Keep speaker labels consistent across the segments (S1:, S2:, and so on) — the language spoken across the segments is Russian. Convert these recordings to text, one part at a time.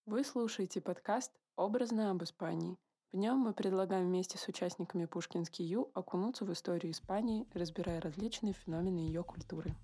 S1: Вы слушаете подкаст «Образно об Испании». В нем мы предлагаем вместе с участниками Пушкинский Ю окунуться в историю Испании, разбирая различные феномены ее культуры.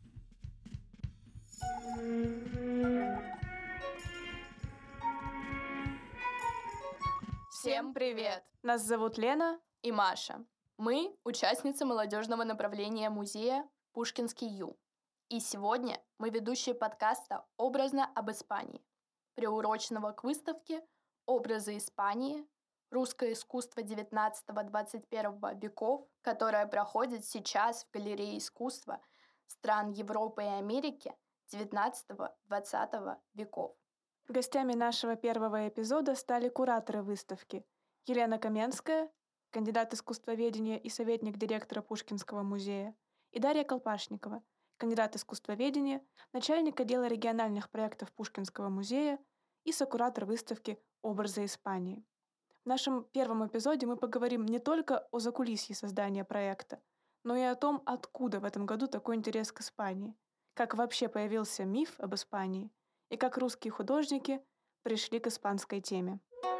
S2: Всем привет!
S3: Нас зовут Лена
S2: И Маша. Мы участницы молодежного направления музея Пушкинский Ю. И сегодня мы ведущие подкаста «Образно об Испании», приуроченного к выставке «Образы Испании. Русское искусство XIX-XXI веков», которая проходит сейчас в Галерее искусства стран Европы и Америки XIX-XX веков.
S3: Гостями нашего первого эпизода стали кураторы выставки Елена Каменская, кандидат искусствоведения и советник директора Пушкинского музея, и Дарья Колпашникова, кандидат искусствоведения, начальник отдела региональных проектов Пушкинского музея и сокуратор выставки «Образы Испании». В нашем первом эпизоде мы поговорим не только о закулисье создания проекта, но и о том, откуда в этом году такой интерес к Испании, как вообще появился миф об Испании и как русские художники пришли к испанской теме.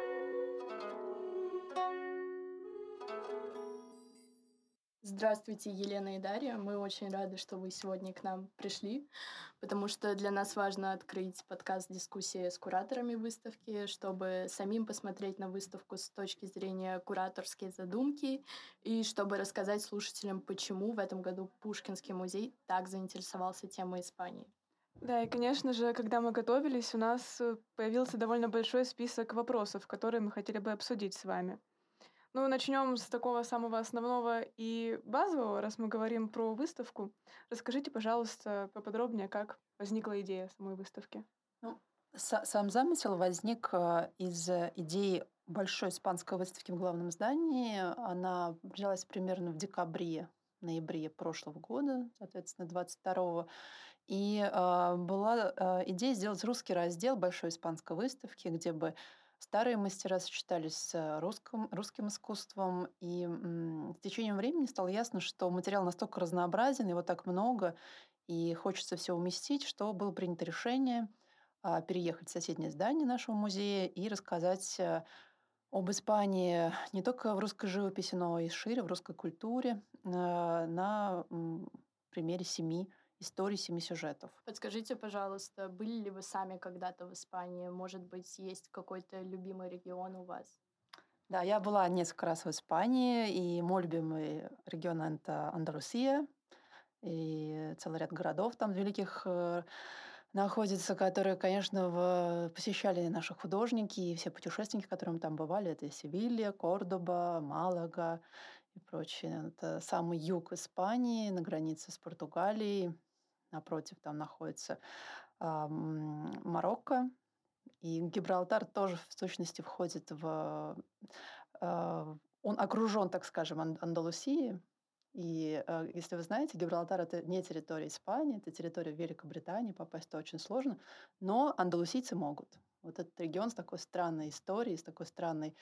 S2: Здравствуйте, Елена и Дарья. Мы очень рады, что вы сегодня к нам пришли, потому что для нас важно открыть подкаст-дискуссии с кураторами выставки, чтобы самим посмотреть на выставку с точки зрения кураторской задумки и чтобы рассказать слушателям, почему в этом году Пушкинский музей так заинтересовался темой Испании.
S3: Да, и, конечно же, когда мы готовились, у нас появился довольно большой список вопросов, которые мы хотели бы обсудить с вами. Ну, начнем с такого самого основного и базового, раз мы говорим про выставку. Расскажите, пожалуйста, поподробнее, как возникла идея самой выставки.
S4: Сам замысел возник из идеи большой испанской выставки в главном здании. Она взялась примерно в ноябре прошлого года, соответственно, 22-го. И была идея сделать русский раздел большой испанской выставки, где бы старые мастера сочетались с русским искусством. И с течением времени стало ясно, что материал настолько разнообразен, его так много, и хочется все уместить, что было принято решение переехать в соседнее здание нашего музея и рассказать об Испании не только в русской живописи, но и шире, в русской культуре, на примере 7 историй, 7 сюжетов.
S2: Подскажите, пожалуйста, были ли вы сами когда-то в Испании? Может быть, есть какой-то любимый регион у вас?
S4: Да, я была несколько раз в Испании, и мой любимый регион — это Андалусия, и целый ряд городов там великих находится, которые, конечно, посещали наши художники и все путешественники, которые там бывали. Это Севилья, Кордоба, Малага и прочее. Это самый юг Испании, на границе с Португалией. Напротив там находится Марокко. И Гибралтар тоже, в сущности, входит он окружен, так скажем, Андалусией. И если вы знаете, Гибралтар — это не территория Испании, это территория Великобритании, попасть туда очень сложно, но андалусийцы могут. Вот этот регион с такой странной историей, с такой странной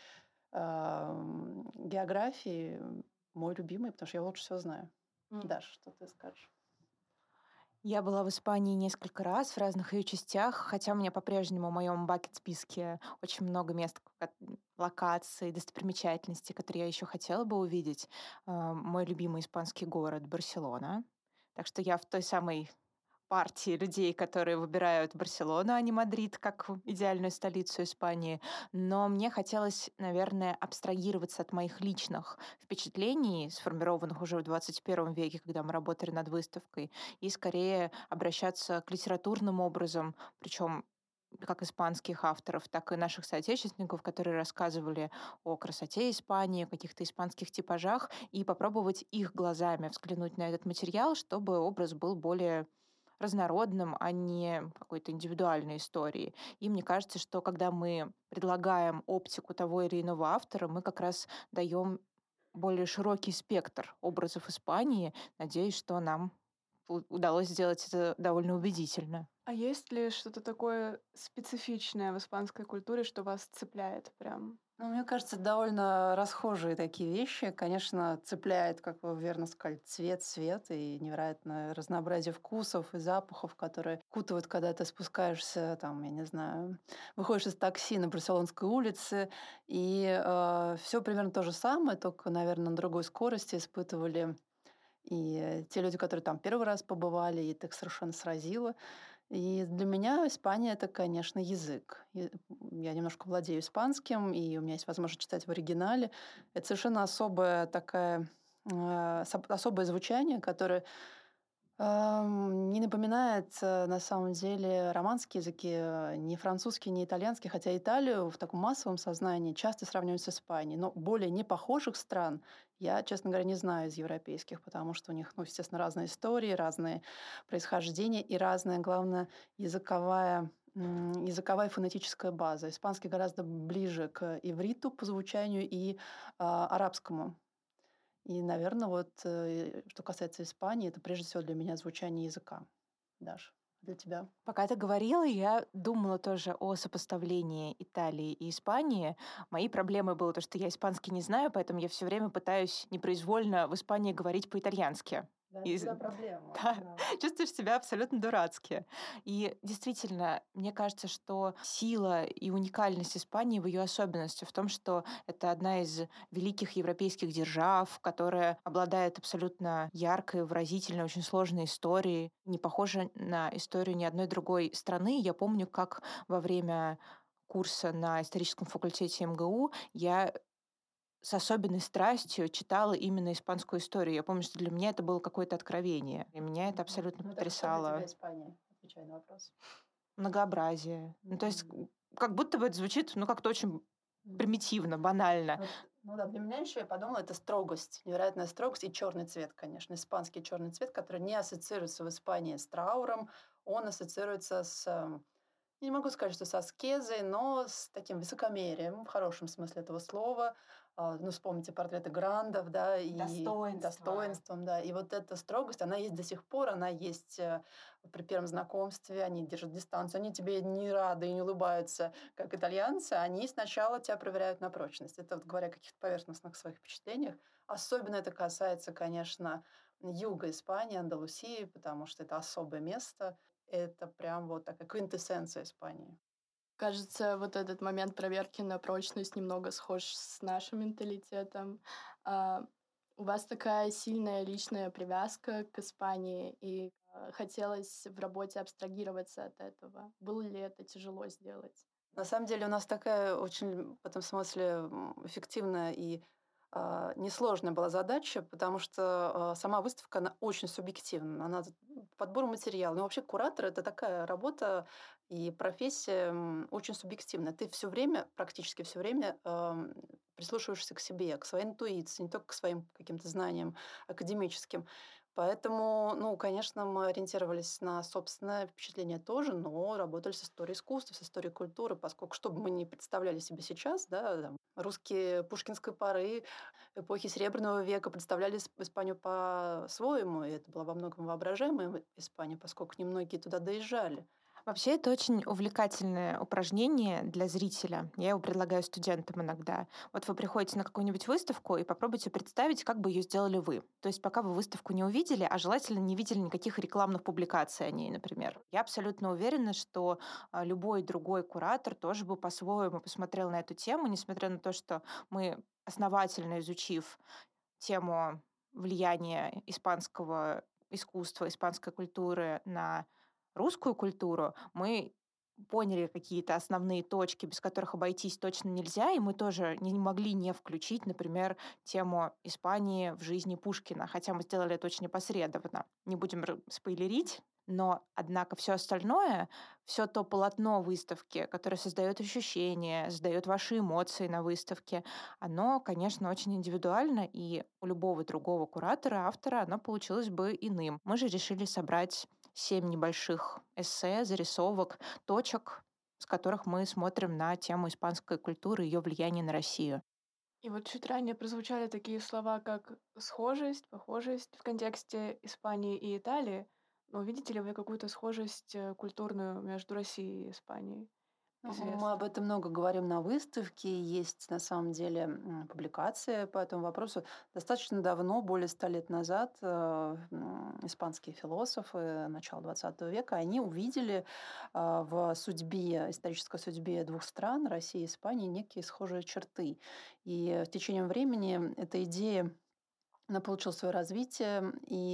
S4: географией мой любимый, потому что я его лучше всего знаю. Даша, что ты скажешь?
S5: Я была в Испании несколько раз в разных ее частях, хотя у меня по-прежнему в моем бакет-списке очень много мест, локаций, достопримечательностей, которые я еще хотела бы увидеть. Мой любимый испанский город — Барселона. Так что я в той самой партии людей, которые выбирают Барселону, а не Мадрид, как идеальную столицу Испании. Но мне хотелось, наверное, абстрагироваться от моих личных впечатлений, сформированных уже в 21 веке, когда мы работали над выставкой, и скорее обращаться к литературным образом, причем как испанских авторов, так и наших соотечественников, которые рассказывали о красоте Испании, о каких-то испанских типажах, и попробовать их глазами взглянуть на этот материал, чтобы образ был более разнородным, а не какой-то индивидуальной историей. И мне кажется, что когда мы предлагаем оптику того или иного автора, мы как раз даем более широкий спектр образов Испании. Надеюсь, что нам удалось сделать это довольно убедительно.
S3: А есть ли что-то такое специфичное в испанской культуре, что вас цепляет прям?
S4: Ну, мне кажется, довольно расхожие такие вещи. Конечно, цепляет, как вы верно сказали, цвет и невероятное разнообразие вкусов и запахов, которые окутывают, когда ты спускаешься, там, я не знаю, выходишь из такси на Барселонской улице, и все примерно то же самое, только, наверное, на другой скорости испытывали и те люди, которые там первый раз побывали, и это их совершенно сразило. И для меня Испания — это, конечно, язык. Я немножко владею испанским, и у меня есть возможность читать в оригинале. Это совершенно особая такая, особое звучание, которое не напоминает, на самом деле, романские языки, ни французский, ни итальянский, хотя Италию в таком массовом сознании часто сравнивают с Испанией. Но более непохожих стран я, честно говоря, не знаю из европейских, потому что у них, ну, естественно, разные истории, разные происхождения и разная, главное, языковая фонетическая база. Испанский гораздо ближе к ивриту по звучанию и арабскому. И, наверное, что касается Испании, это прежде всего для меня звучание языка. Даш, для тебя?
S5: Пока ты говорила, я думала тоже о сопоставлении Италии и Испании. Моей проблемой было то, что я испанский не знаю, поэтому я все время пытаюсь непроизвольно в Испании говорить по-итальянски.
S4: Да,
S5: И
S4: это всегда проблема.
S5: да,
S4: Да.
S5: чувствуешь себя абсолютно дурацки. И действительно, мне кажется, что сила и уникальность Испании в ее особенности в том, что это одна из великих европейских держав, которая обладает абсолютно яркой, выразительной, очень сложной историей, не похожа на историю ни одной другой страны. Я помню, как во время курса на историческом факультете МГУ я с особенной страстью читала именно испанскую историю. Я помню, что для меня это было какое-то откровение. И меня это абсолютно
S4: Ну, так а что для тебя
S5: потрясало.
S4: Испания? Отвечай на вопрос.
S5: Многообразие. Ну, то есть,
S4: Мгм.
S5: как будто бы это звучит, ну, как-то очень примитивно, банально.
S4: Ну да, для меня еще я подумала, это строгость, невероятная строгость и черный цвет, конечно, испанский черный цвет, который не ассоциируется в Испании с трауром, он ассоциируется я не могу сказать, что с аскезой, но с таким высокомерием, в хорошем смысле этого слова. Ну, вспомните портреты грандов, да, и достоинством, да. И вот эта строгость, она есть до сих пор, она есть при первом знакомстве, они держат дистанцию, они тебе не рады и не улыбаются, как итальянцы, они сначала тебя проверяют на прочность. Это вот говоря о каких-то поверхностных своих впечатлениях. Особенно это касается, конечно, юга Испании, Андалусии, потому что это особое место. Это прям вот такая квинтэссенция Испании.
S2: Кажется, вот этот момент проверки на прочность немного схож с нашим менталитетом. А, У вас такая сильная личная привязка к Испании, и хотелось в работе абстрагироваться от этого. Было ли это тяжело сделать?
S4: На самом деле у нас такая очень в этом смысле эффективная и несложная была задача, потому что сама выставка, она очень субъективна. Она подбор материала. Ну, вообще куратор — это такая работа и профессия очень субъективная. Ты все время, практически все время прислушиваешься к себе, к своей интуиции, не только к своим каким-то знаниям академическим. Поэтому, ну, конечно, мы ориентировались на собственное впечатление тоже, но работали с историей искусства, с историей культуры, поскольку, что бы мы ни представляли себе сейчас, да, там, русские пушкинской поры, эпохи Серебряного века представляли Испанию по-своему, и это была во многом воображаемая Испания, поскольку немногие туда доезжали.
S5: Вообще, это очень увлекательное упражнение для зрителя. Я его предлагаю студентам иногда. Вот вы приходите на какую-нибудь выставку и попробуйте представить, как бы ее сделали вы. То есть пока вы выставку не увидели, а желательно не видели никаких рекламных публикаций о ней, например. Я абсолютно уверена, что любой другой куратор тоже бы по-своему посмотрел на эту тему, несмотря на то, что мы, основательно изучив тему влияния испанского искусства, испанской культуры на русскую культуру, мы поняли какие-то основные точки, без которых обойтись точно нельзя, и мы тоже не могли не включить, например, тему Испании в жизни Пушкина, хотя мы сделали это очень опосредованно. Не будем спойлерить, но, однако, все остальное, все то полотно выставки, которое создает ощущения, создает ваши эмоции на выставке, оно, конечно, очень индивидуально, и у любого другого куратора, автора оно получилось бы иным. Мы же решили собрать 7 небольших эссе, зарисовок, точек, с которых мы смотрим на тему испанской культуры и ее влияние на Россию.
S3: И вот чуть ранее прозвучали такие слова, как схожесть, похожесть в контексте Испании и Италии. Но видите ли вы какую-то схожесть культурную между Россией и Испанией?
S4: Ну, мы об
S3: Известно.
S4: этом много говорим на выставке. Есть на самом деле публикация по этому вопросу. Достаточно давно, более 100 лет назад, испанские философы начала XX века, они увидели в судьбе, исторической судьбе двух стран, России и Испании, некие схожие черты. И с течением времени эта идея она получила свое развитие, и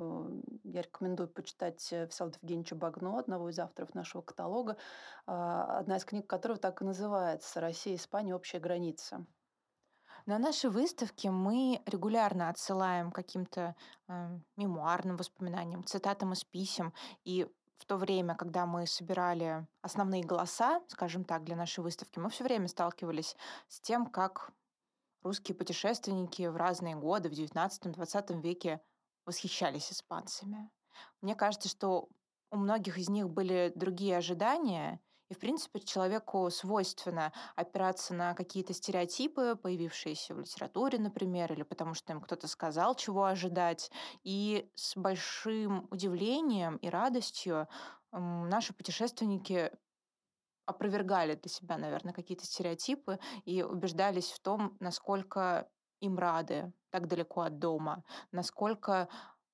S4: я рекомендую почитать Всеволода Евгеньевича Багно, одного из авторов нашего каталога, одна из книг которого так и называется «Россия и Испания. Общая граница».
S5: На нашей выставке мы регулярно отсылаем к каким-то мемуарным воспоминаниям, цитатам из писем. И в то время, когда мы собирали основные голоса, скажем так, для нашей выставки, мы все время сталкивались с тем, как русские путешественники в разные годы, в XIX-XX веке, восхищались испанцами. Мне кажется, что у многих из них были другие ожидания, и, в принципе, человеку свойственно опираться на какие-то стереотипы, появившиеся в литературе, например, или потому что им кто-то сказал, чего ожидать. И с большим удивлением и радостью наши путешественники опровергали для себя, наверное, какие-то стереотипы и убеждались в том, насколько им рады так далеко от дома, насколько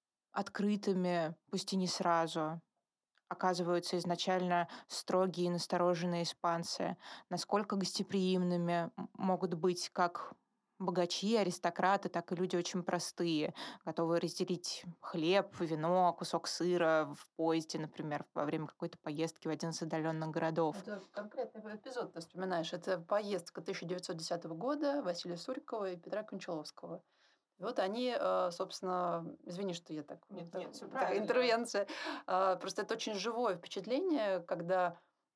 S5: открытыми, пусть и не сразу, оказываются изначально строгие и настороженные испанцы, насколько гостеприимными могут быть как богачи, аристократы, так и люди очень простые, готовые разделить хлеб, вино, кусок сыра в поезде, например, во время какой-то поездки в один из отдаленных городов.
S4: Это конкретный эпизод ты вспоминаешь. Это поездка 1910 года Василия Сурикова и Петра Кончаловского. И вот они, собственно, извини, что я так,
S5: Нет, всё
S4: такая
S5: правильно.
S4: интервенция, просто это очень живое впечатление, когда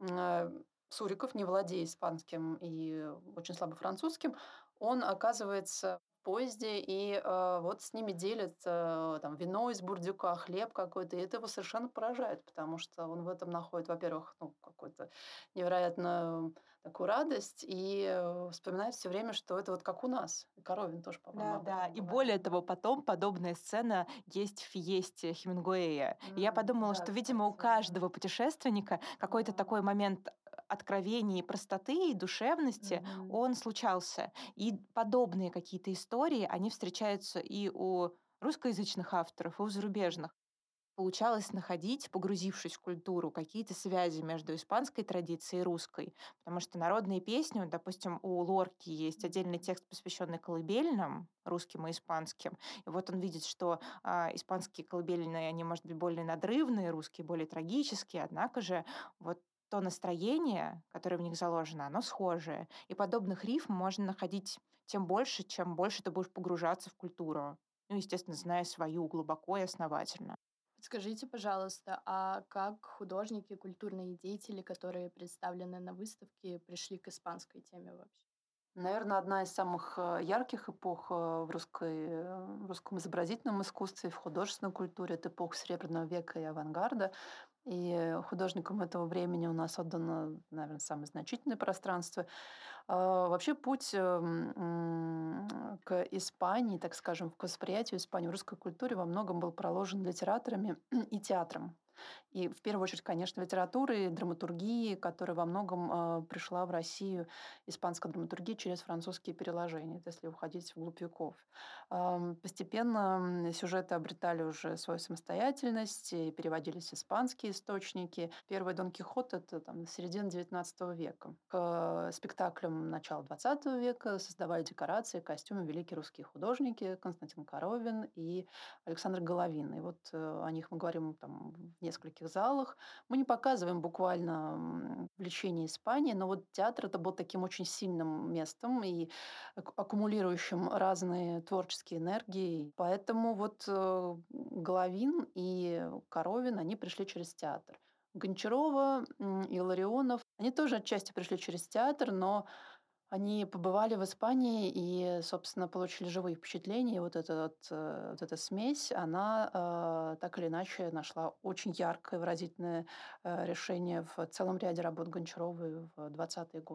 S4: Суриков, не владея испанским и очень слабо французским, он оказывается в поезде, и вот с ними делят там вино из бурдюка, хлеб какой-то, и это его совершенно поражает, потому что он в этом находит, во-первых, ну, какую-то невероятную такую радость, и вспоминает все время, что это вот как у нас. И Коровин тоже, по-моему,
S5: Да,
S4: об
S5: да.
S4: этом
S5: И
S4: говорит.
S5: более того, потом подобная сцена есть в «Фиесте» Хемингуэя. И я подумала,
S4: Да,
S5: что, видимо, у
S4: кстати, да.
S5: каждого путешественника какой-то такой момент откровения и простоты, и душевности,
S4: Мгм.
S5: он случался. И подобные какие-то истории, они встречаются и у русскоязычных авторов, и у зарубежных. Получалось находить, погрузившись в культуру, какие-то связи между испанской традицией и русской. Потому что народные песни, вот, допустим, у Лорки есть отдельный
S4: Мгм.
S5: текст, посвященный колыбельным, русским и испанским. И вот он видит, что испанские колыбельные, они, может быть, более надрывные, русские более трагические, однако же вот то настроение, которое в них заложено, оно схожее. И подобных рифм можно находить тем больше, чем больше ты будешь погружаться в культуру. Ну, естественно, зная свою глубоко и основательно.
S2: Подскажите, пожалуйста, а как художники, культурные деятели, которые представлены на выставке, пришли к испанской теме вообще?
S4: Наверно, одна из самых ярких эпох в русском изобразительном искусстве, в художественной культуре — это эпоха Серебряного века и авангарда. И художникам этого времени у нас отдано, наверное, самое значительное пространство. Вообще путь к Испании, так скажем, к восприятию Испании в русской культуре во многом был проложен литераторами и театром. И в первую очередь, конечно, литературы, драматургии, которая во многом пришла в Россию, испанская драматургия, через французские переложения, это если уходить вглубь веков. Постепенно сюжеты обретали уже свою самостоятельность, и переводились испанские источники. Первый Дон Кихот — это там, середина XIX века. К спектаклям начала XX века создавали декорации, костюмы великие русские художники Константин Коровин и Александр Головин. И вот о них мы говорим там в нескольких залах. Мы не показываем буквально влечение Испании, но вот театр это был таким очень сильным местом и аккумулирующим разные творческие энергии. Поэтому вот Головин и Коровин, они пришли через театр. Гончарова и Ларионов, они тоже отчасти пришли через театр, но они побывали в Испании и, собственно, получили живые впечатления. И вот эта смесь, она так или иначе нашла очень яркое, выразительное решение в целом ряде работ Гончаровой в 20-е годы.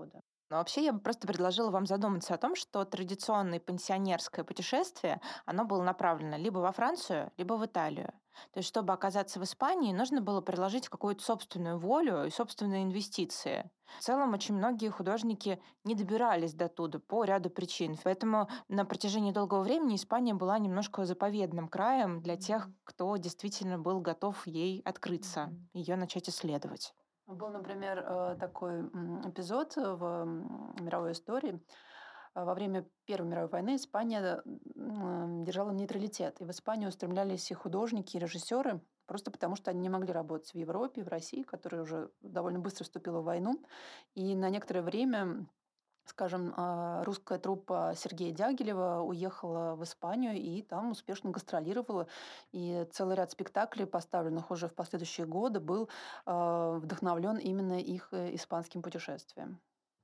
S5: Но вообще я бы просто предложила вам задуматься о том, что традиционное пансионерское путешествие, оно было направлено либо во Францию, либо в Италию. То есть, чтобы оказаться в Испании, нужно было приложить какую-то собственную волю и собственные инвестиции. В целом, очень многие художники не добирались до туда по ряду причин. Поэтому на протяжении долгого времени Испания была немножко заповедным краем для тех, кто действительно был готов ей открыться, ее начать исследовать.
S4: Был, например, такой эпизод в мировой истории. Во время Первой мировой войны Испания держала нейтралитет. И в Испанию устремлялись и художники, и режиссеры, просто потому что они не могли работать в Европе, в России, которая уже довольно быстро вступила в войну. И на некоторое время, скажем, русская труппа Сергея Дягилева уехала в Испанию и там успешно гастролировала. И целый ряд спектаклей, поставленных уже в последующие годы, был вдохновлен именно их испанским путешествием.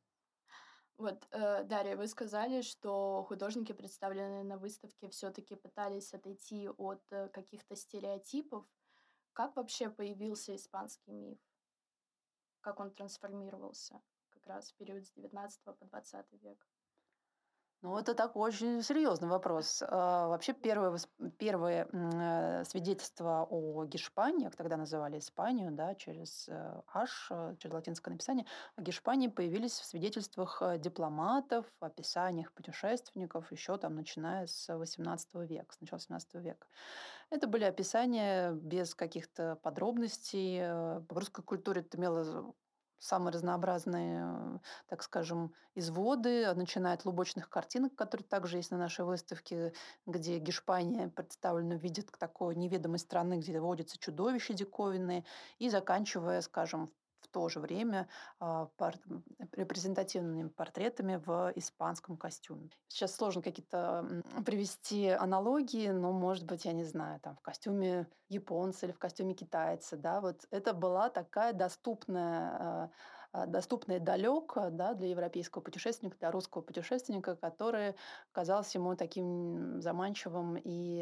S2: Вот, Дарья, вы сказали, что художники, представленные на выставке, все-таки пытались отойти от каких-то стереотипов. Как вообще появился испанский миф? Как он трансформировался как раз в период с 19 по 20 век?
S4: Ну, это такой очень серьезный вопрос. Вообще первое свидетельство о Гешпании, тогда называли Испанию, да, через H, через латинское написание, о Гешпании появились в свидетельствах дипломатов, описаниях путешественников еще там, начиная с 18 века, с начала 17 века. Это были описания без каких-то подробностей. В русской культуре это имело самые разнообразные, так скажем, изводы, начиная от лубочных картинок, которые также есть на нашей выставке, где Гешпания представлена в виде такой неведомой страны, где водятся чудовища диковинные, и заканчивая, скажем, в то же время репрезентативными портретами в испанском костюме. Сейчас сложно какие-то привести аналогии, но, может быть, я не знаю, там в костюме японца или в костюме китайца, да, вот это была такая доступная далеко, да, для европейского путешественника, для русского путешественника, который казался ему таким заманчивым и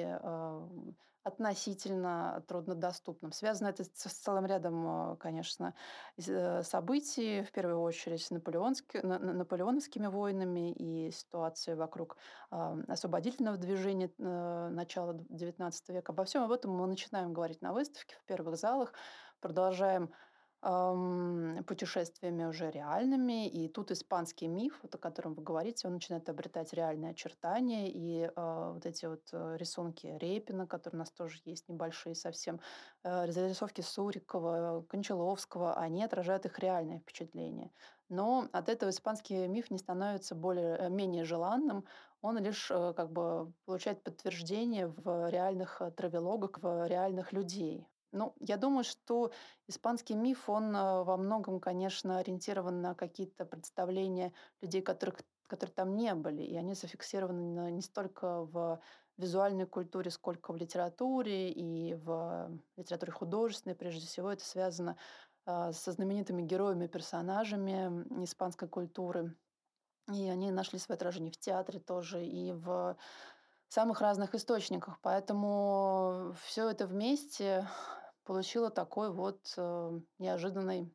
S4: относительно труднодоступным. Связано это с целым рядом, конечно, событий, в первую очередь с наполеоновскими войнами и ситуацией вокруг освободительного движения начала XIX века. Обо всем об этом мы начинаем говорить на выставке, в первых залах, продолжаем путешествиями уже реальными. И тут испанский миф, вот о котором вы говорите, он начинает обретать реальные очертания. И вот эти вот рисунки Репина, которые у нас тоже есть, небольшие совсем, зарисовки Сурикова, Кончаловского, они отражают их реальное впечатление. Но от этого испанский миф не становится менее желанным, он лишь как бы получает подтверждение в реальных травелогах, в реальных людей. Ну, я думаю, что испанский миф, он во многом, конечно, ориентирован на какие-то представления людей, которые там не были. И они зафиксированы не столько в визуальной культуре, сколько в литературе и в литературе художественной. Прежде всего, это связано со знаменитыми героями, персонажами испанской культуры. И они нашли свое отражение в театре тоже и в самых разных источниках. Поэтому все это вместе получило такой вот неожиданный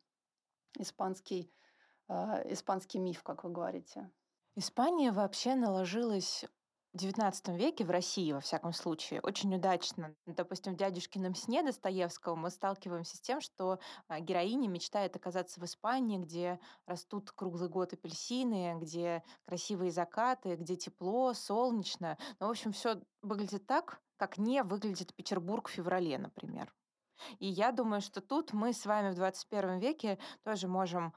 S4: испанский, испанский миф, как вы говорите.
S5: Испания вообще наложилась в XIX веке, в России, во всяком случае, очень удачно. Допустим, в «Дядюшкином сне» Достоевского мы сталкиваемся с тем, что героиня мечтает оказаться в Испании, где растут круглый год апельсины, где красивые закаты, где тепло, солнечно. Ну, в общем, все выглядит так, как не выглядит Петербург в феврале, например. И я думаю, что тут мы с вами в 21 веке тоже можем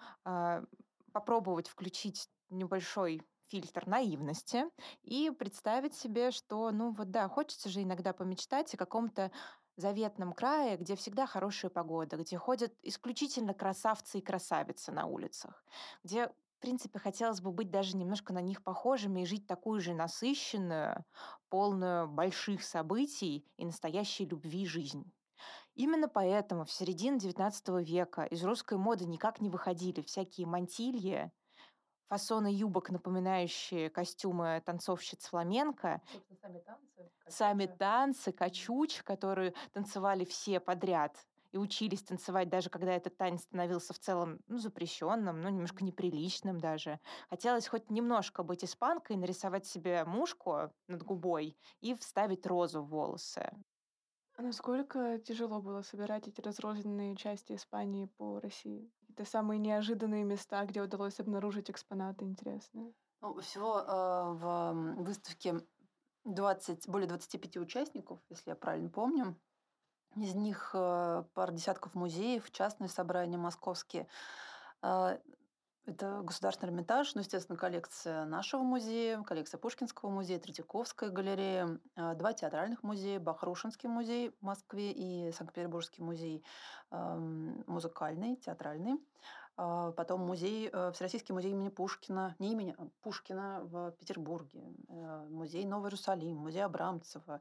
S5: попробовать включить небольшой фильтр наивности и представить себе, что, ну вот да, хочется же иногда помечтать о каком-то заветном крае, где всегда хорошая погода, где ходят исключительно красавцы и красавицы на улицах, где, в принципе, хотелось бы быть даже немножко на них похожими и жить такую же насыщенную, полную больших событий и настоящей любви жизнь. Именно поэтому в середине XIX века из русской моды никак не выходили всякие мантильи, фасоны юбок, напоминающие костюмы танцовщиц фламенко,
S4: Собственно, сами танцы.
S5: сами танцы, качуч, которые танцевали все подряд. и учились танцевать, даже когда этот танец становился в целом запрещенным, немножко неприличным даже. Хотелось хоть немножко быть испанкой, нарисовать себе мушку над губой и вставить розу в волосы.
S3: А насколько тяжело было собирать эти разрозненные части Испании по России? Это самые неожиданные места, где удалось обнаружить экспонаты интересные.
S4: Ну, всего в выставке более 25 участников, если я правильно помню. Из них пара десятков музеев, частные собрания московские. А, Это Государственный Эрмитаж, естественно, коллекция нашего музея, коллекция Пушкинского музея, Третьяковская галерея, два театральных музея, Бахрушинский музей в Москве и Санкт-Петербургский музей музыкальный, театральный. Потом Всероссийский музей имени Пушкина, не имени, а Пушкина в Петербурге, музей Новый Иерусалим, музей Абрамцева,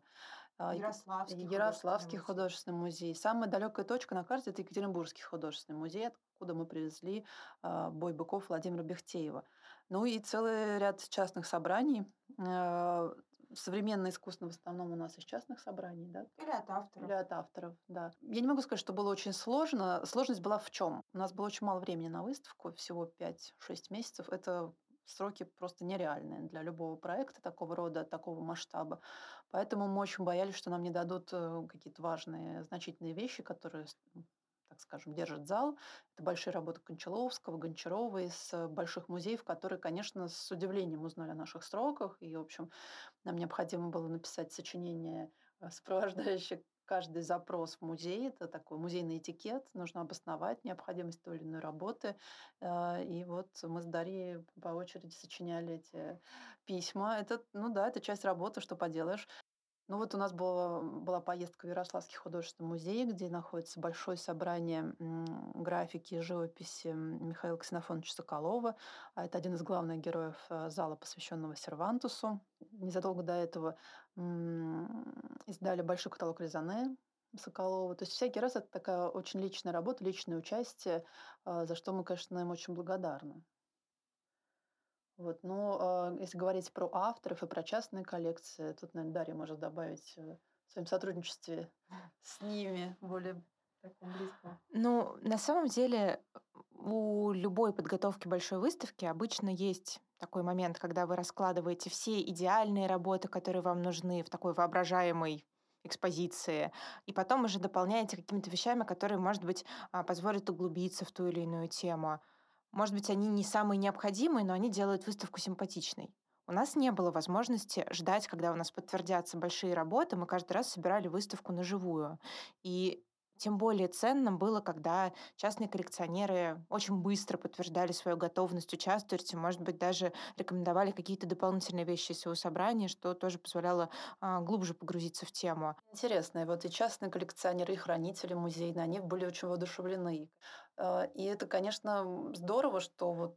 S4: Ярославский художественный музей. Самая далекая точка на карте — это Екатеринбургский художественный музей, откуда мы привезли бой быков Владимира Бехтеева. Ну и целый ряд частных собраний. Современное искусство в основном у нас из частных собраний, да?
S5: Или от авторов.
S4: Или от авторов, да. Я не могу сказать, что было очень сложно. Сложность была в чем? У нас было очень мало времени на выставку, всего 5-6 месяцев. Это сроки просто нереальные для любого проекта такого рода, такого масштаба. Поэтому мы очень боялись, что нам не дадут какие-то важные, значительные вещи, которые, так скажем, держат зал. Это большие работы Кончаловского, Гончарова из больших музеев, которые, конечно, с удивлением узнали о наших сроках. И, в общем, нам необходимо было написать сочинение, сопровождающее каждый запрос в музей. Это такой музейный этикет. Нужно обосновать необходимость той или иной работы. И вот мы с Дарьей по очереди сочиняли эти письма. Это, это часть работы, что поделаешь. Ну вот у нас была поездка в Ярославский художественный музей, где находится большое собрание графики и живописи Михаила Ксенофоновича Соколова. Это один из главных героев зала, посвященного Сервантусу. Незадолго до этого издали большой каталог Резане Соколова. То есть всякий раз это такая очень личная работа, личное участие, за что мы, конечно, им очень благодарны. Вот. Но если говорить про авторов и про частные коллекции, тут, наверное, Дарья может добавить в своем сотрудничестве с ними более таком близком.
S5: На самом деле у любой подготовки большой выставки обычно есть такой момент, когда вы раскладываете все идеальные работы, которые вам нужны в такой воображаемой экспозиции, и потом уже дополняете какими-то вещами, которые, может быть, позволят углубиться в ту или иную тему. Может быть, они не самые необходимые, но они делают выставку симпатичной. У нас не было возможности ждать, когда у нас подтвердятся большие работы. Мы каждый раз собирали выставку на живую. И тем более ценным было, когда частные коллекционеры очень быстро подтверждали свою готовность участвовать и, может быть, даже рекомендовали какие-то дополнительные вещи из своего собрания, что тоже позволяло глубже погрузиться в тему.
S4: Интересно, и вот и частные коллекционеры, и хранители музейные, они были очень воодушевлены. И это, конечно, здорово, что вот,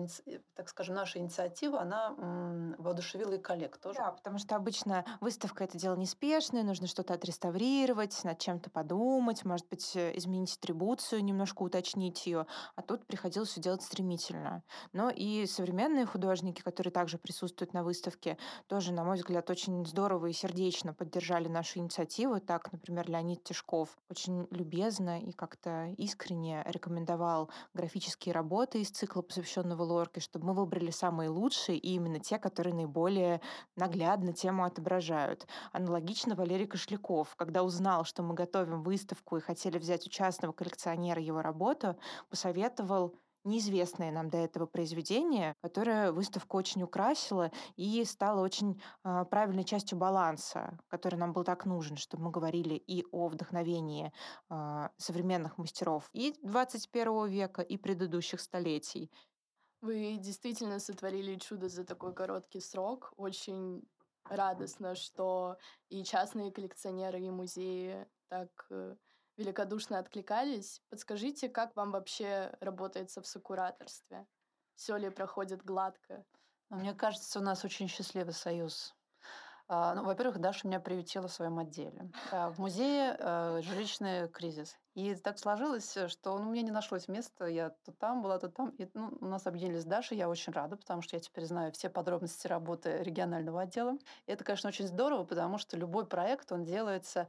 S4: так скажем, наша инициатива, она воодушевила и коллег тоже.
S5: Да, потому что обычно выставка — это дело неспешное, нужно что-то отреставрировать, над чем-то подумать, может быть, изменить атрибуцию, немножко уточнить ее, а тут приходилось все делать стремительно. Но и современные художники, которые также присутствуют на выставке, тоже, на мой взгляд, очень здорово и сердечно поддержали нашу инициативу. Так, например, Леонид Тишков очень любезно и как-то искренне рекомендовал графические работы из цикла, посвященного Лорке, чтобы мы выбрали самые лучшие и именно те, которые наиболее наглядно тему отображают. Аналогично Валерий Кошляков, когда узнал, что мы готовим выставку и хотели взять у частного коллекционера его работу, посоветовал неизвестное нам до этого произведение, которое выставку очень украсило и стало очень правильной частью баланса, который нам был так нужен, чтобы мы говорили и о вдохновении современных мастеров и 21 века, и предыдущих столетий.
S2: Вы действительно сотворили чудо за такой короткий срок. Очень радостно, что и частные коллекционеры, и музеи так великодушно откликались. Подскажите, как вам вообще работается в сокураторстве? Все ли проходит гладко?
S4: Мне кажется, у нас очень счастливый союз. Во-первых, Даша меня приютила в своем отделе. В музее жилищный кризис. И так сложилось, что мне не нашлось места. Я то там была, то там. И, у нас объединились с Дашей. Я очень рада, потому что я теперь знаю все подробности работы регионального отдела. И это, конечно, очень здорово, потому что любой проект, он делается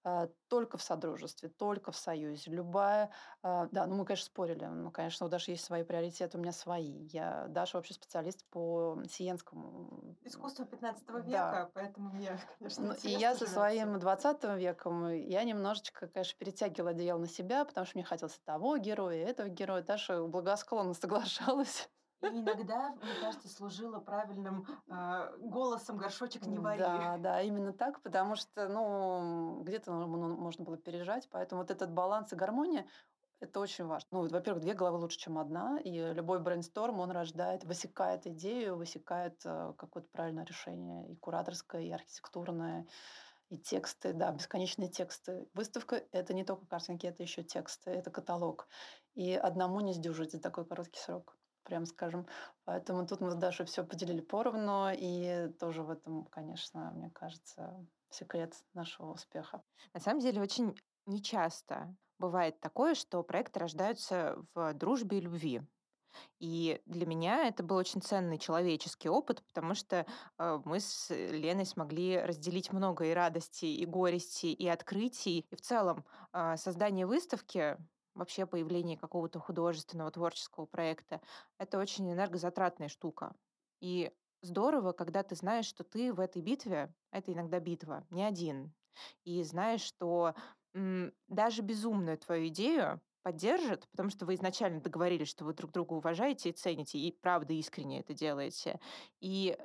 S4: только в содружестве, только в союзе. Да, ну мы, конечно, спорили. Ну, конечно, у Даши есть свои приоритеты, у меня свои. Даша вообще специалист по Сиенскому.
S5: Искусство 15
S4: Да.
S5: века, поэтому мне, конечно,
S4: Ну, и я со своим 20 веком, я немножечко, конечно, перетягивала одеяло на себя, потому что мне хотелось и того героя, и этого героя. Даша благосклонно соглашалась.
S5: И иногда, мне кажется, служила правильным голосом «горшочек не вари».
S4: Да, именно так, потому что, ну, где-то можно было пережать, поэтому вот этот баланс и гармония, это очень важно. Ну, во-первых, две головы лучше, чем одна, и любой брейнсторм, он высекает идею, высекает какое-то правильное решение, и кураторское, и архитектурное, и тексты, да, бесконечные тексты. Выставка — это не только картинки, это еще тексты, это каталог. И одному не сдюжить за такой короткий срок, прям скажем. Поэтому тут мы с Дашей все поделили поровну, и тоже в этом, конечно, мне кажется, секрет нашего успеха.
S5: На самом деле очень нечасто бывает такое, что проекты рождаются в дружбе и любви. И для меня это был очень ценный человеческий опыт, потому что мы с Леной смогли разделить много и радостей, и горестей, и открытий. И в целом создание выставки, вообще появление какого-то художественного, творческого проекта, это очень энергозатратная штука. И здорово, когда ты знаешь, что ты в этой битве, это иногда битва, не один. И знаешь, что даже безумную твою идею поддержит, потому что вы изначально договорились, что вы друг друга уважаете и цените, и правда искренне это делаете. И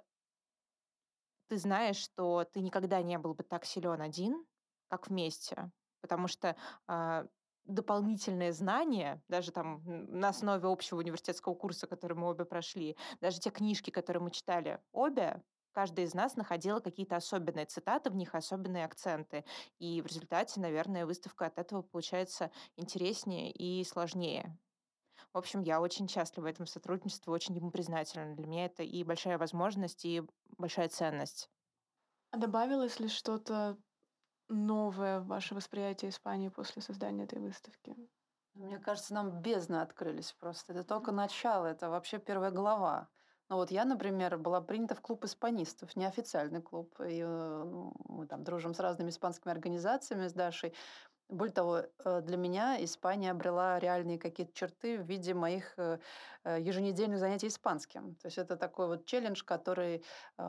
S5: ты знаешь, что ты никогда не был бы так силен один, как вместе, потому что дополнительные знания, даже там на основе общего университетского курса, который мы обе прошли, даже те книжки, которые мы читали обе, каждая из нас находила какие-то особенные цитаты в них, особенные акценты. И в результате, наверное, выставка от этого получается интереснее и сложнее. В общем, я очень счастлива этому сотрудничеству, очень ему признательна. Для меня это и большая возможность, и большая ценность.
S3: А добавилось ли что-то новое в ваше восприятие Испании после создания этой выставки?
S4: Мне кажется, нам бездны открылись просто. Это только начало, это вообще первая глава. Ну вот я, например, была принята в клуб испанистов, неофициальный клуб. И ну, мы там дружим с разными испанскими организациями, с Дашей. Более того, для меня Испания обрела реальные какие-то черты в виде моих еженедельных занятий испанским. То есть это такой вот челлендж, который,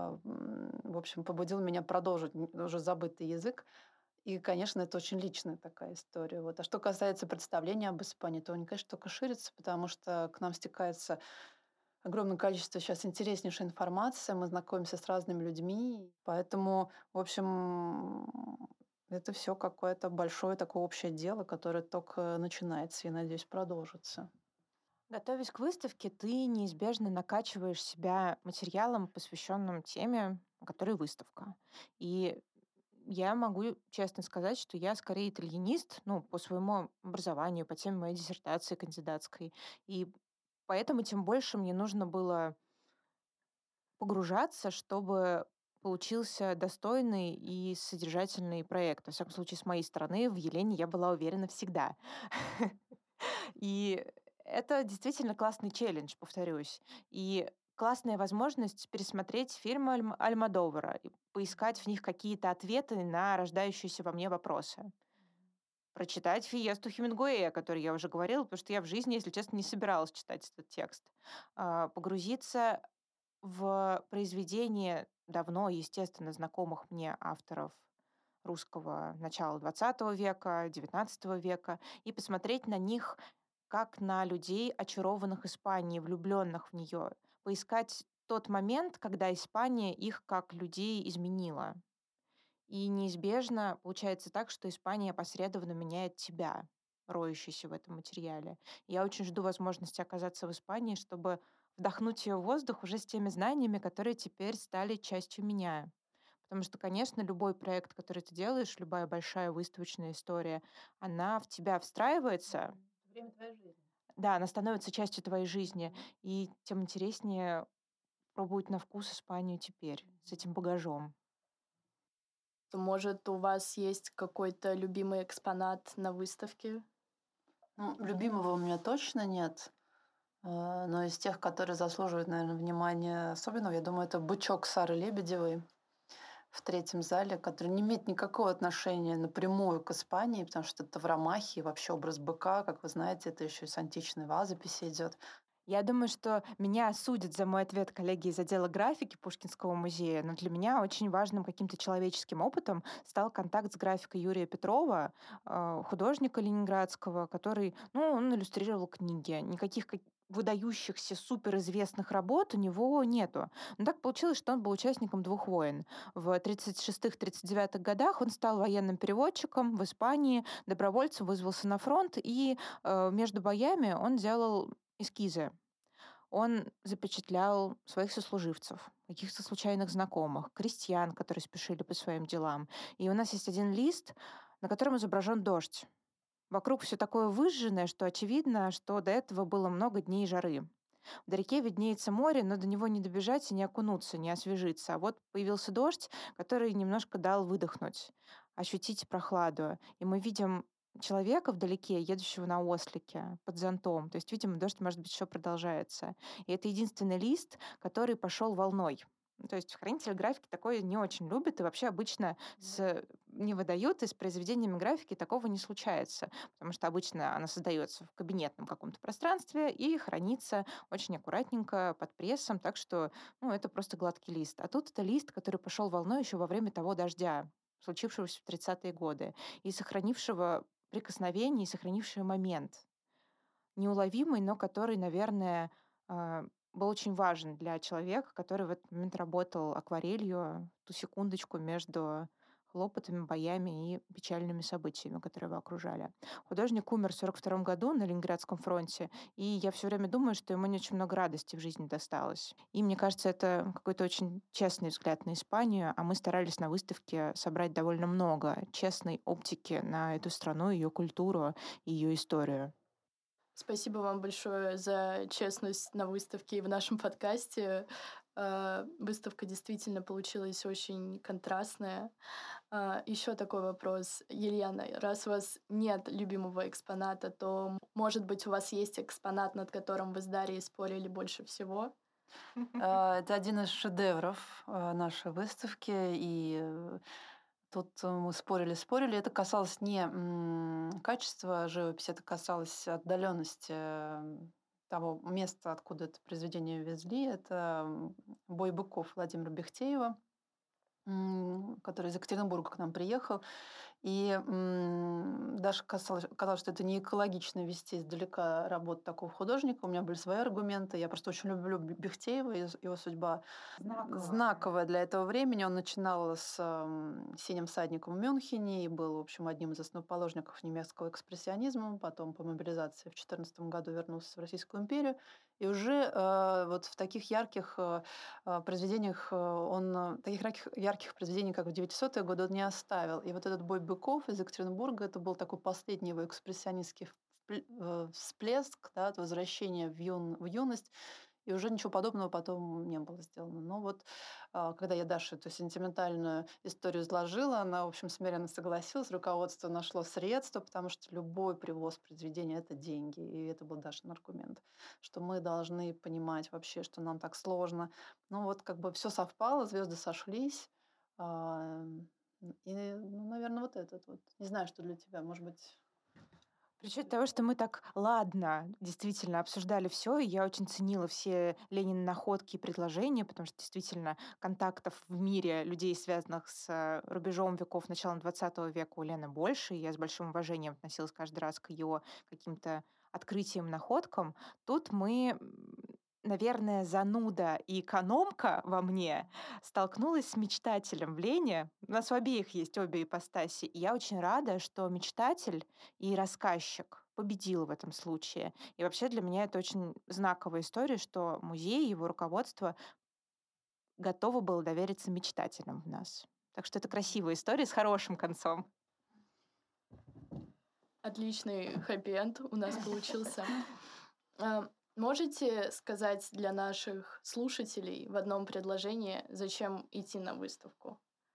S4: в общем, побудил меня продолжить уже забытый язык. И, конечно, это очень личная такая история. Вот. А что касается представления об Испании, то они, конечно, только ширятся, потому что к нам стекается огромное количество сейчас интереснейшей информации, мы знакомимся с разными людьми, поэтому, в общем, это все какое-то большое такое общее дело, которое только начинается и, надеюсь, продолжится.
S5: Готовясь к выставке, ты неизбежно накачиваешь себя материалом, посвященным теме, которой выставка. И я могу честно сказать, что я скорее итальянист, ну, по своему образованию, по теме моей диссертации кандидатской. И поэтому тем больше мне нужно было погружаться, чтобы получился достойный и содержательный проект. Во всяком случае, с моей стороны, в Елене я была уверена всегда. И это действительно классный челлендж, повторюсь. И классная возможность пересмотреть фильмы Альмодовара и поискать в них какие-то ответы на рождающиеся во мне вопросы. Прочитать «Фиесту» Хемингуэя, о которой я уже говорила, потому что я в жизни, если честно, не собиралась читать этот текст. Погрузиться в произведения давно, естественно, знакомых мне авторов русского начала XX века, XIX века, и посмотреть на них как на людей, очарованных Испанией, влюбленных в нее. Поискать тот момент, когда Испания их как людей изменила. И неизбежно получается так, что Испания опосредованно меняет тебя, роющийся в этом материале. Я очень жду возможности оказаться в Испании, чтобы вдохнуть ее воздух уже с теми знаниями, которые теперь стали частью меня. Потому что, конечно, любой проект, который ты делаешь, любая большая выставочная история, она в тебя встраивается.
S4: Время твоей жизни.
S5: Да, она становится частью твоей жизни. И тем интереснее пробовать на вкус Испанию теперь, с этим багажом.
S2: Может, у вас есть какой-то любимый экспонат на выставке?
S4: Ну, любимого у меня точно нет. Но из тех, которые заслуживают, наверное, внимания особенного, я думаю, это бычок Сары Лебедевой. в третьем зале, который не имеет никакого отношения напрямую к Испании, потому что это Тавромахи, вообще образ быка, как вы знаете, это еще и с античной вазописи идет.
S5: Я думаю, что меня осудят за мой ответ коллеги из отдела графики Пушкинского музея, но для меня очень важным каким-то человеческим опытом стал контакт с графикой Юрия Петрова, художника ленинградского, который, он иллюстрировал книги. Никаких выдающихся суперизвестных работ у него нету. Но так получилось, что он был участником двух войн. В 1936-1939 годах он стал военным переводчиком в Испании, добровольцем вызвался на фронт, и между боями он делал эскизы. Он запечатлял своих сослуживцев, каких-то случайных знакомых, крестьян, которые спешили по своим делам. И у нас есть один лист, на котором изображен дождь. Вокруг все такое выжженное, что очевидно, что до этого было много дней жары. Вдалеке виднеется море, но до него не добежать и не окунуться, не освежиться. А вот появился дождь, который немножко дал выдохнуть, ощутить прохладу. И мы видим человека вдалеке, едущего на ослике, под зонтом. То есть, видимо, дождь, может быть, еще продолжается. И это единственный лист, который пошел волной. То есть хранители графики такое не очень любят, и вообще обычно не выдают, и с произведениями графики такого не случается, потому что обычно она создается в кабинетном каком-то пространстве и хранится очень аккуратненько под прессом, так что это просто гладкий лист. А тут это лист, который пошел волной еще во время того дождя, случившегося в 30-е годы, и сохранившего прикосновение, и сохранившего момент. Неуловимый, но который, наверное, был очень важен для человека, который в этот момент работал акварелью, ту секундочку между хлопотами, боями и печальными событиями, которые его окружали. Художник умер в 1942 году на Ленинградском фронте, и я все время думаю, что ему не очень много радости в жизни досталось. И мне кажется, это какой-то очень честный взгляд на Испанию, а мы старались на выставке собрать довольно много честной оптики на эту страну, ее культуру и ее историю.
S2: Спасибо вам большое за честность на выставке и в нашем подкасте. Выставка действительно получилась очень контрастная. Еще такой вопрос. Елена, раз у вас нет любимого экспоната, то, может быть, у вас есть экспонат, над которым вы с Дарьей спорили больше всего?
S4: Это один из шедевров нашей выставки, и тут мы спорили. Это касалось не качества живописи, это касалось отдаленности того места, откуда это произведение везли. Это «Бой быков» Владимира Бехтеева, который из Екатеринбурга к нам приехал. И даже казалось, что это не экологично вести издалека работу такого художника. У меня были свои аргументы. Я просто очень люблю Бехтеева, его судьба знаковая для этого времени. Он начинал с «Синим всадником» в Мюнхене и был, в общем, одним из основоположников немецкого экспрессионизма. Потом по мобилизации в 2014 году вернулся в Российскую империю. И уже вот в таких ярких произведениях таких ярких произведений, как в 900-е годы, он не оставил. И вот этот «Бой быков» из Екатеринбурга, это был такой последний его экспрессионистский всплеск, да, возвращение в юность. И уже ничего подобного потом не было сделано. Но вот когда я Даше эту сентиментальную историю изложила, она, в общем, смиренно согласилась, руководство нашло средства, потому что любой привоз произведения – это деньги. И это был Дашин аргумент, что мы должны понимать вообще, что нам так сложно. Ну вот как бы все совпало, звезды сошлись. И, наверное, вот этот вот. Не знаю, что для тебя, может быть.
S5: При учете того, что мы так ладно действительно обсуждали все, и я очень ценила все Ленины находки и предложения, потому что действительно контактов в мире людей, связанных с рубежом веков начала XX века, у Лены больше, и я с большим уважением относилась каждый раз к ее каким-то открытиям, находкам. Тут мы, наверное, зануда и экономка во мне столкнулась с мечтателем в Лене. У нас у обеих есть обе ипостаси. И я очень рада, что мечтатель и рассказчик победил в этом случае. И вообще для меня это очень знаковая история, что музей, его руководство готово было довериться мечтателям в нас. Так что это красивая история с хорошим концом.
S2: Отличный хэппи-энд у нас получился. Можете сказать для наших слушателей в одном предложении, зачем идти на выставку?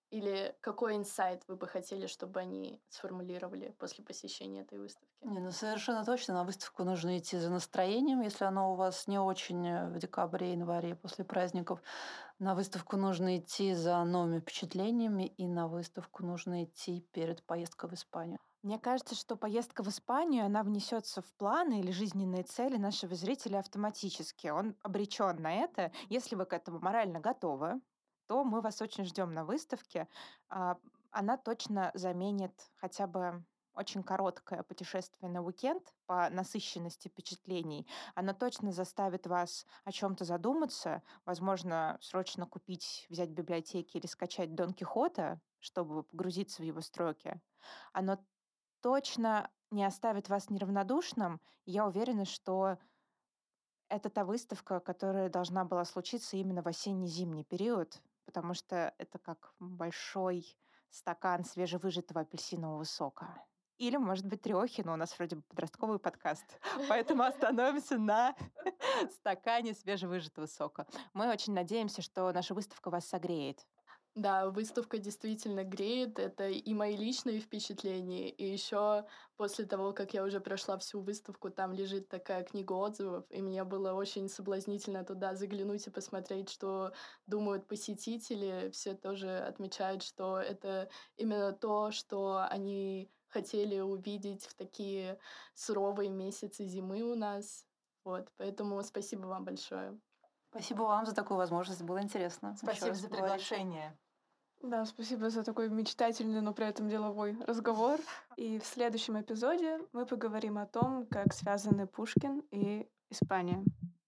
S2: Или какой инсайт вы бы хотели, чтобы они сформулировали после посещения этой выставки?
S4: Не, ну совершенно точно на выставку нужно идти за настроением, если оно у вас не очень в декабре, январе после праздников. На выставку нужно идти за новыми впечатлениями, и на выставку нужно идти перед поездкой в Испанию.
S5: Мне кажется, что поездка в Испанию, она внесется в планы или жизненные цели нашего зрителя автоматически. Он обречен на это. Если вы к этому морально готовы, то мы вас очень ждем на выставке. А, Она точно заменит хотя бы очень короткое путешествие на уикенд по насыщенности впечатлений. Она точно заставит вас о чем-то задуматься, возможно, срочно купить, взять в библиотеке или скачать Дон Кихота, чтобы погрузиться в его строки. Оно точно не оставит вас неравнодушным. И я уверена, что это та выставка, которая должна была случиться именно в осенне-зимний период, потому что это как большой стакан свежевыжатого апельсинового сока. Или, может быть, трёхи, но у нас вроде бы подростковый подкаст, поэтому остановимся на стакане свежевыжатого сока. Мы очень надеемся, что наша выставка вас согреет.
S2: Да, выставка действительно греет. Это и мои личные впечатления, и еще после того, как я уже прошла всю выставку, там лежит такая книга отзывов, и мне было очень соблазнительно туда заглянуть и посмотреть, что думают посетители. Все тоже отмечают, что это именно то, что они хотели увидеть в такие суровые месяцы зимы у нас. Вот, поэтому спасибо вам большое.
S4: Спасибо вам за такую возможность, было интересно. Ещё
S5: Спасибо
S4: раз
S5: за
S4: говорить.
S5: приглашение.
S3: Да, спасибо за такой мечтательный, но при этом деловой разговор. И в следующем эпизоде мы поговорим о том, как связаны Пушкин и Испания.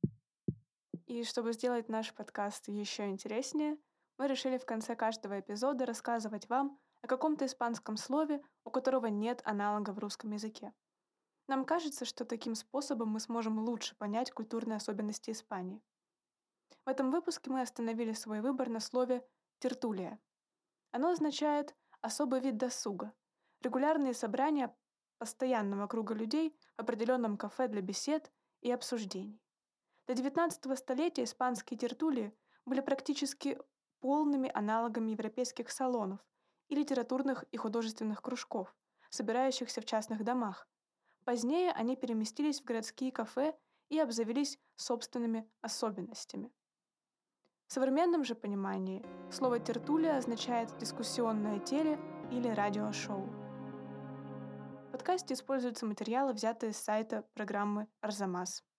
S3: И чтобы сделать наш подкаст еще интереснее, мы решили в конце каждого эпизода рассказывать вам о каком-то испанском слове, у которого нет аналога в русском языке. Нам кажется, что таким способом мы сможем лучше понять культурные особенности Испании. В этом выпуске мы остановили свой выбор на слове «тертулия». Оно означает особый вид досуга, регулярные собрания постоянного круга людей в определенном кафе для бесед и обсуждений. До XIX столетия испанские тертулии были практически полными аналогами европейских салонов и литературных и художественных кружков, собирающихся в частных домах. Позднее они переместились в городские кафе и обзавелись собственными особенностями. В современном же понимании слово «тертулия» означает дискуссионное теле или радиошоу. В подкасте используются материалы, взятые с сайта программы «Арзамас».